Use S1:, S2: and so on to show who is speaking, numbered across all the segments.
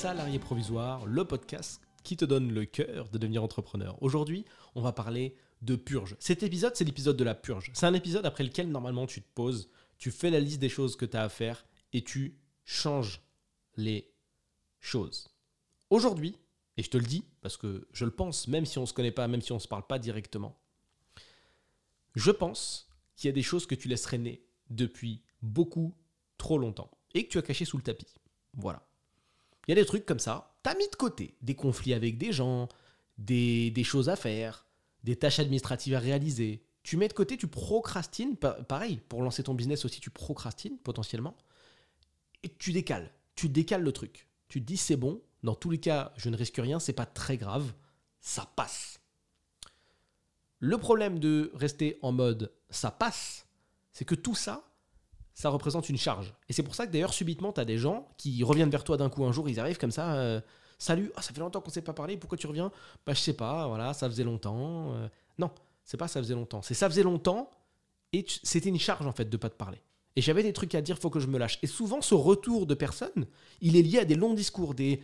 S1: Salarié Provisoire, le podcast qui te donne le cœur de devenir entrepreneur. Aujourd'hui, on va parler de purge. Cet épisode, c'est l'épisode de la purge. C'est un épisode après lequel, normalement, tu te poses, tu fais la liste des choses que tu as à faire et tu changes les choses. Aujourd'hui, et je te le dis parce que je le pense, même si on ne se connaît pas, même si on ne se parle pas directement, je pense qu'il y a des choses que tu laisses traîner depuis beaucoup trop longtemps et que tu as caché sous le tapis. Voilà. Il y a des trucs comme ça, tu as mis de côté des conflits avec des gens, des choses à faire, des tâches administratives à réaliser. Tu mets de côté, tu procrastines. Pareil, pour lancer ton business aussi, tu procrastines potentiellement. Et tu décales le truc. Tu te dis c'est bon, dans tous les cas, je ne risque rien, c'est pas très grave, ça passe. Le problème de rester en mode ça passe, c'est que tout ça, ça représente une charge. Et c'est pour ça que d'ailleurs, subitement, tu as des gens qui reviennent vers toi d'un coup un jour, ils arrivent comme ça, salut, ça fait longtemps qu'on ne s'est pas parlé, pourquoi tu reviens ? Je sais pas, voilà, ça faisait longtemps. Non, c'est pas ça faisait longtemps, c'est ça faisait longtemps et c'était une charge en fait de ne pas te parler. Et j'avais des trucs à dire, il faut que je me lâche. Et souvent, ce retour de personne, il est lié à des longs discours, des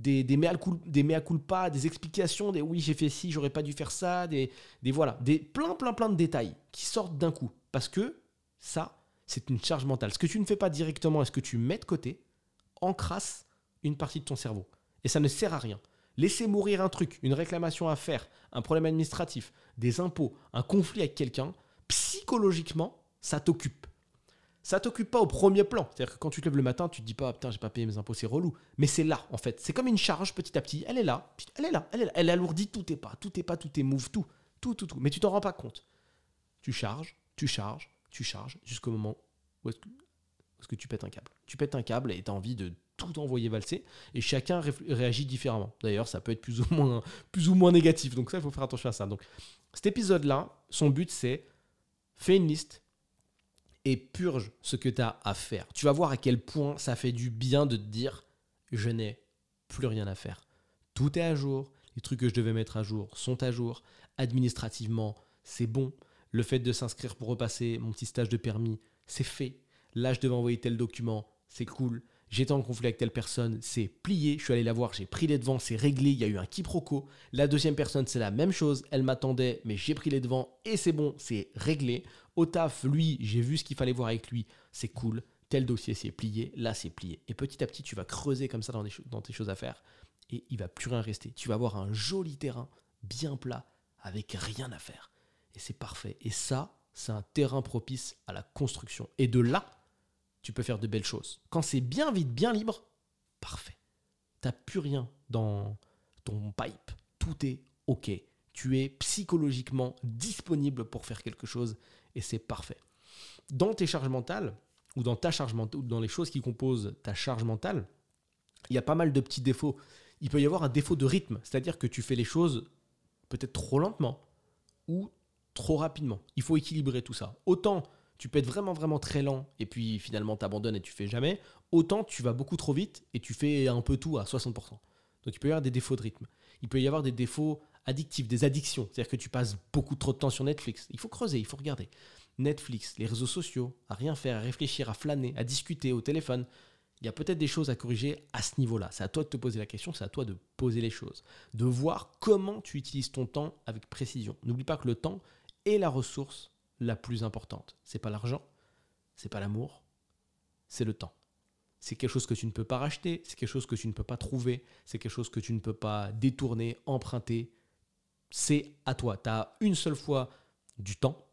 S1: mea culpa, des explications, des oui, j'ai fait ci, j'aurais pas dû faire ça, voilà, plein de détails qui sortent d'un coup. Parce que ça, c'est une charge mentale. Ce que tu ne fais pas directement et ce que tu mets de côté encrasse une partie de ton cerveau. Et ça ne sert à rien. Laisser mourir un truc, une réclamation à faire, un problème administratif, des impôts, un conflit avec quelqu'un, psychologiquement, ça t'occupe. Ça t'occupe pas au premier plan. C'est-à-dire que quand tu te lèves le matin, tu te dis pas putain, j'ai pas payé mes impôts, c'est relou. Mais c'est là, en fait. C'est comme une charge petit à petit. Elle est là. Elle alourdit tout tes pas, tout est move, tout. Mais tu t'en rends pas compte. Tu charges, jusqu'au moment où est-ce que tu pètes un câble. Tu pètes un câble et tu as envie de tout envoyer valser. Et chacun réagit différemment. D'ailleurs, ça peut être plus ou moins négatif. Donc ça, il faut faire attention à ça. Donc cet épisode-là, son but, c'est fais une liste et purge ce que tu as à faire. Tu vas voir à quel point ça fait du bien de te dire « je n'ai plus rien à faire ». Tout est à jour, les trucs que je devais mettre à jour sont à jour, administrativement, c'est bon. Le fait de s'inscrire pour repasser mon petit stage de permis, c'est fait. Là, je devais envoyer tel document, c'est cool. J'étais en conflit avec telle personne, c'est plié. Je suis allé la voir, j'ai pris les devants, c'est réglé. Il y a eu un quiproquo. La deuxième personne, c'est la même chose. Elle m'attendait, mais j'ai pris les devants et c'est bon, c'est réglé. Au taf, lui, j'ai vu ce qu'il fallait voir avec lui, c'est cool. Tel dossier, c'est plié. Là, c'est plié. Et petit à petit, tu vas creuser comme ça dans tes choses à faire et il ne va plus rien rester. Tu vas avoir un joli terrain bien plat avec rien à faire. Et c'est parfait. Et ça, c'est un terrain propice à la construction. Et de là, tu peux faire de belles choses. Quand c'est bien vide, bien libre, parfait. Tu n'as plus rien dans ton pipe. Tout est OK. Tu es psychologiquement disponible pour faire quelque chose et c'est parfait. Dans tes charges mentales, ou dans ta charge mentale, ou dans les choses qui composent ta charge mentale, il y a pas mal de petits défauts. Il peut y avoir un défaut de rythme, c'est-à-dire que tu fais les choses peut-être trop lentement ou trop rapidement. Il faut équilibrer tout ça. Autant tu peux être vraiment très lent et puis finalement tu abandonnes et tu fais jamais, autant tu vas beaucoup trop vite et tu fais un peu tout à 60%. Donc il peut y avoir des défauts de rythme. Il peut y avoir des défauts addictifs, des addictions. C'est-à-dire que tu passes beaucoup trop de temps sur Netflix. Il faut creuser, il faut regarder. Netflix, les réseaux sociaux, à rien faire, à réfléchir, à flâner, à discuter au téléphone. Il y a peut-être des choses à corriger à ce niveau-là. C'est à toi de te poser la question, c'est à toi de poser les choses. De voir comment tu utilises ton temps avec précision. N'oublie pas que le temps est la ressource la plus importante. C'est pas l'argent, c'est pas l'amour, c'est le temps. C'est quelque chose que tu ne peux pas racheter, c'est quelque chose que tu ne peux pas trouver, c'est quelque chose que tu ne peux pas détourner, emprunter. C'est à toi. Tu as une seule fois du temps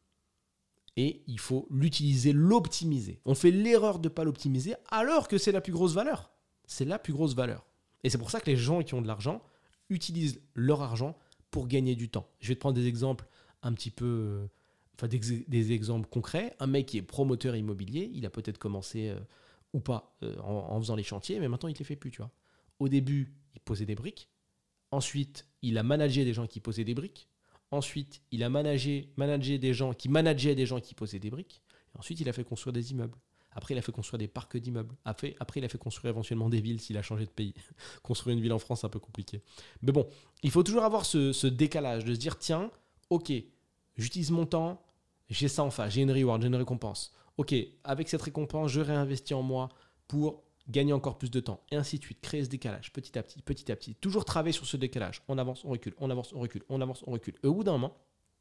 S1: et il faut l'utiliser, l'optimiser. On fait l'erreur de ne pas l'optimiser alors que c'est la plus grosse valeur. C'est la plus grosse valeur. Et c'est pour ça que les gens qui ont de l'argent utilisent leur argent pour gagner du temps. Je vais te prendre des exemples un petit peu... des exemples concrets. Un mec qui est promoteur immobilier, il a peut-être commencé ou pas en faisant les chantiers, mais maintenant il ne les fait plus, tu vois. Au début, il posait des briques. Ensuite, il a managé des gens qui posaient des briques. Ensuite, il a managé des gens qui manageaient des gens qui posaient des briques. Et ensuite, il a fait construire des immeubles. Après, il a fait construire des parcs d'immeubles. Après, il a fait construire éventuellement des villes s'il a changé de pays. Construire une ville en France, c'est un peu compliqué. Mais bon, il faut toujours avoir ce décalage de se dire, tiens, ok, j'utilise mon temps, j'ai ça en face, j'ai une reward, j'ai une récompense. Ok, avec cette récompense, je réinvestis en moi pour gagner encore plus de temps, et ainsi de suite, créer ce décalage petit à petit, toujours travailler sur ce décalage, on avance, on recule, on avance, on recule, on avance, on recule. Et au bout d'un moment,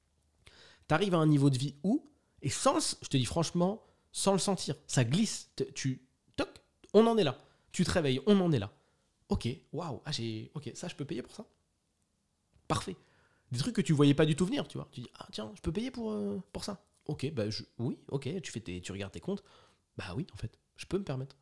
S1: tu arrives à un niveau de vie où, et je te dis franchement, sans le sentir, ça glisse, toc, on en est là. Tu te réveilles, on en est là. Ok, waouh, ok, ça je peux payer pour ça. Parfait. Des trucs que tu voyais pas du tout venir, tu vois. Tu dis, ah tiens, je peux payer pour ça. Ok, oui, ok, tu regardes tes comptes. Bah oui, en fait, je peux me permettre.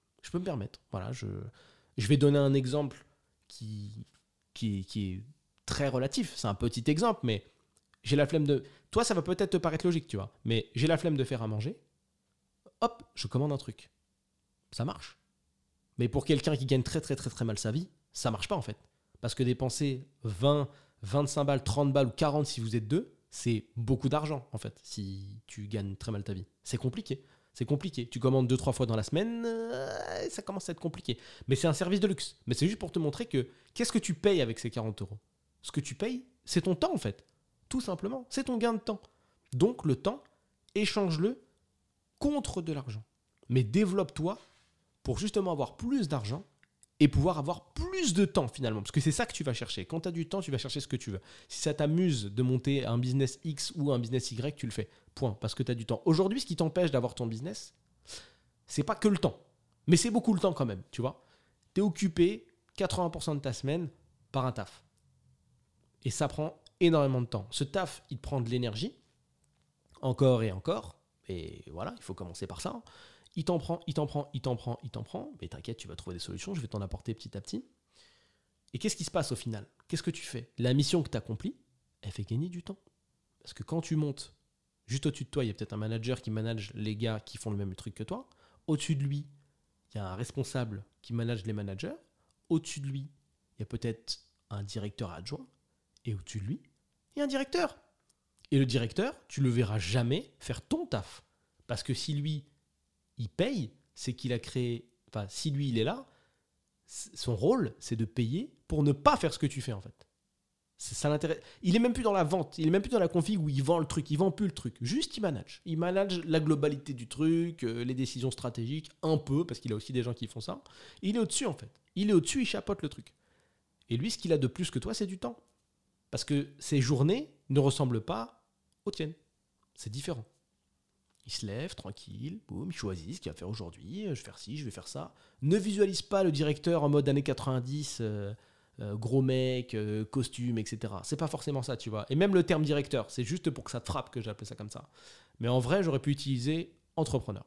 S1: Voilà, je vais donner un exemple qui est très relatif. C'est un petit exemple, mais j'ai la flemme de... Toi, ça va peut-être te paraître logique, tu vois. Mais j'ai la flemme de faire à manger. Hop, je commande un truc. Ça marche. Mais pour quelqu'un qui gagne très très très très mal sa vie, ça marche pas en fait. Parce que dépenser 20, 25 balles, 30 balles ou 40 si vous êtes deux, c'est beaucoup d'argent en fait, si tu gagnes très mal ta vie. C'est compliqué. Tu commandes 2-3 fois dans la semaine, ça commence à être compliqué. Mais c'est un service de luxe. Mais c'est juste pour te montrer que qu'est-ce que tu payes avec ces 40 euros ? Ce que tu payes, c'est ton temps en fait. Tout simplement, c'est ton gain de temps. Donc le temps, échange-le contre de l'argent. Mais développe-toi pour justement avoir plus d'argent et pouvoir avoir plus de temps finalement. Parce que c'est ça que tu vas chercher. Quand tu as du temps, tu vas chercher ce que tu veux. Si ça t'amuse de monter un business X ou un business Y, tu le fais. Point. Parce que tu as du temps. Aujourd'hui, ce qui t'empêche d'avoir ton business, c'est pas que le temps. Mais c'est beaucoup le temps quand même, tu vois. Tu es occupé 80% de ta semaine par un taf. Et ça prend énormément de temps. Ce taf, il te prend de l'énergie. Encore et encore. Et voilà, il faut commencer par ça. Il t'en prend. Mais t'inquiète, tu vas trouver des solutions. Je vais t'en apporter petit à petit. Et qu'est-ce qui se passe au final ? Qu'est-ce que tu fais ? La mission que tu accomplis, elle fait gagner du temps. Parce que quand tu montes, juste au-dessus de toi, il y a peut-être un manager qui manage les gars qui font le même truc que toi. Au-dessus de lui, il y a un responsable qui manage les managers. Au-dessus de lui, il y a peut-être un directeur adjoint. Et au-dessus de lui, il y a un directeur. Et le directeur, tu le verras jamais faire ton taf. Parce que si lui, il paye, c'est qu'il a créé... Enfin, si lui, il est là, son rôle, c'est de payer pour ne pas faire ce que tu fais, en fait. Ça l'intéresse. Il est même plus dans la vente, il est même plus dans la config où il vend le truc, il vend plus le truc. Juste, il manage. Il manage la globalité du truc, les décisions stratégiques, un peu, parce qu'il a aussi des gens qui font ça. Il est au-dessus, en fait. Il est au-dessus, il chapeaute le truc. Et lui, ce qu'il a de plus que toi, c'est du temps. Parce que ses journées ne ressemblent pas aux tiennes. C'est différent. Il se lève, tranquille, boum, il choisit ce qu'il va faire aujourd'hui, je vais faire ci, je vais faire ça. Ne visualise pas le directeur en mode années 90, gros mec, costume, etc. C'est pas forcément ça, tu vois. Et même le terme directeur, c'est juste pour que ça te frappe que j'ai appelé ça comme ça. Mais en vrai, j'aurais pu utiliser entrepreneur.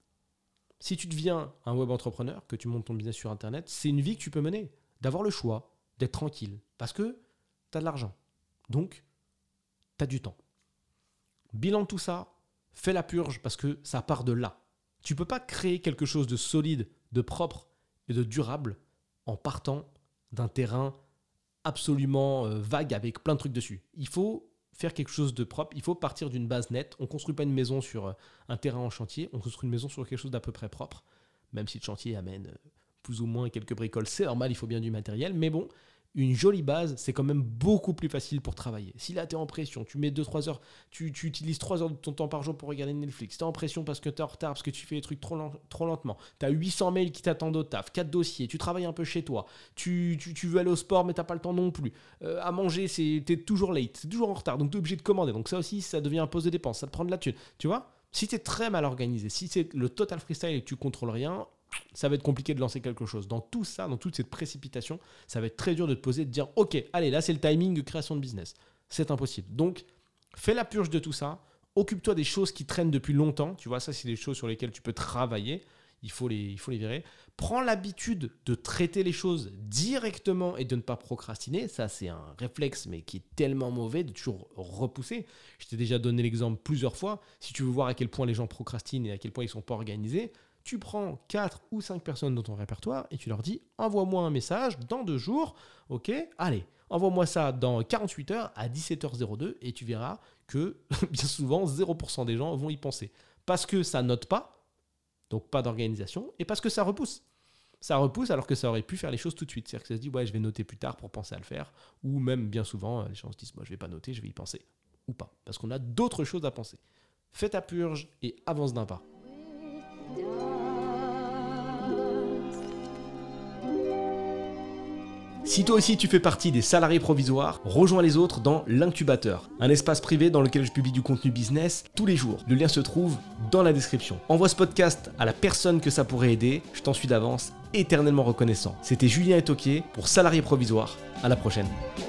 S1: Si tu deviens un web entrepreneur, que tu montes ton business sur Internet, c'est une vie que tu peux mener. D'avoir le choix, d'être tranquille. Parce que tu as de l'argent. Donc, tu as du temps. Bilan de tout ça, fais la purge parce que ça part de là. Tu ne peux pas créer quelque chose de solide, de propre et de durable en partant d'un terrain absolument vague avec plein de trucs dessus. Il faut faire quelque chose de propre, il faut partir d'une base nette. On ne construit pas une maison sur un terrain en chantier, on construit une maison sur quelque chose d'à peu près propre, même si le chantier amène plus ou moins quelques bricoles, c'est normal, il faut bien du matériel, mais bon, une jolie base, c'est quand même beaucoup plus facile pour travailler. Si là, tu es en pression, tu mets 2-3 heures, tu utilises 3 heures de ton temps par jour pour regarder Netflix, tu es en pression parce que tu es en retard, parce que tu fais les trucs trop lentement, tu as 800 mails qui t'attendent au taf, 4 dossiers, tu travailles un peu chez toi, tu veux aller au sport mais tu n'as pas le temps non plus. À manger, tu es toujours late, tu es toujours en retard, donc tu es obligé de commander. Donc ça aussi, ça devient un poste de dépense, ça te prend de la thune. Tu vois ? Si tu es très mal organisé, si c'est le total freestyle et que tu contrôles rien, ça va être compliqué de lancer quelque chose. Dans tout ça, dans toute cette précipitation, ça va être très dur de te poser, de dire ok, allez, là c'est le timing de création de business. C'est impossible. Donc, fais la purge de tout ça. Occupe-toi des choses qui traînent depuis longtemps. Tu vois, ça c'est des choses sur lesquelles tu peux travailler. Il faut les virer. Prends l'habitude de traiter les choses directement et de ne pas procrastiner. Ça, c'est un réflexe, mais qui est tellement mauvais de toujours repousser. Je t'ai déjà donné l'exemple plusieurs fois. Si tu veux voir à quel point les gens procrastinent et à quel point ils ne sont pas organisés, tu prends 4 ou 5 personnes dans ton répertoire et tu leur dis « Envoie-moi un message dans 2 jours. Ok, allez, envoie-moi ça dans 48 heures à 17h02 et tu verras que bien souvent, 0% des gens vont y penser. Parce que ça note pas, donc pas d'organisation, et parce que ça repousse. Ça repousse alors que ça aurait pu faire les choses tout de suite. C'est-à-dire que ça se dit « Ouais, je vais noter plus tard pour penser à le faire. » Ou même bien souvent, les gens se disent « Moi, je vais pas noter, je vais y penser. » Ou pas, parce qu'on a d'autres choses à penser. Fais ta purge et avance d'un pas. Si toi aussi tu fais partie des salariés provisoires, rejoins les autres dans l'incubateur, un espace privé dans lequel je publie du contenu business tous les jours. Le lien se trouve dans la description. Envoie ce podcast à la personne que ça pourrait aider, je t'en suis d'avance éternellement reconnaissant. C'était Julien Etoquier pour Salariés Provisoires. À la prochaine.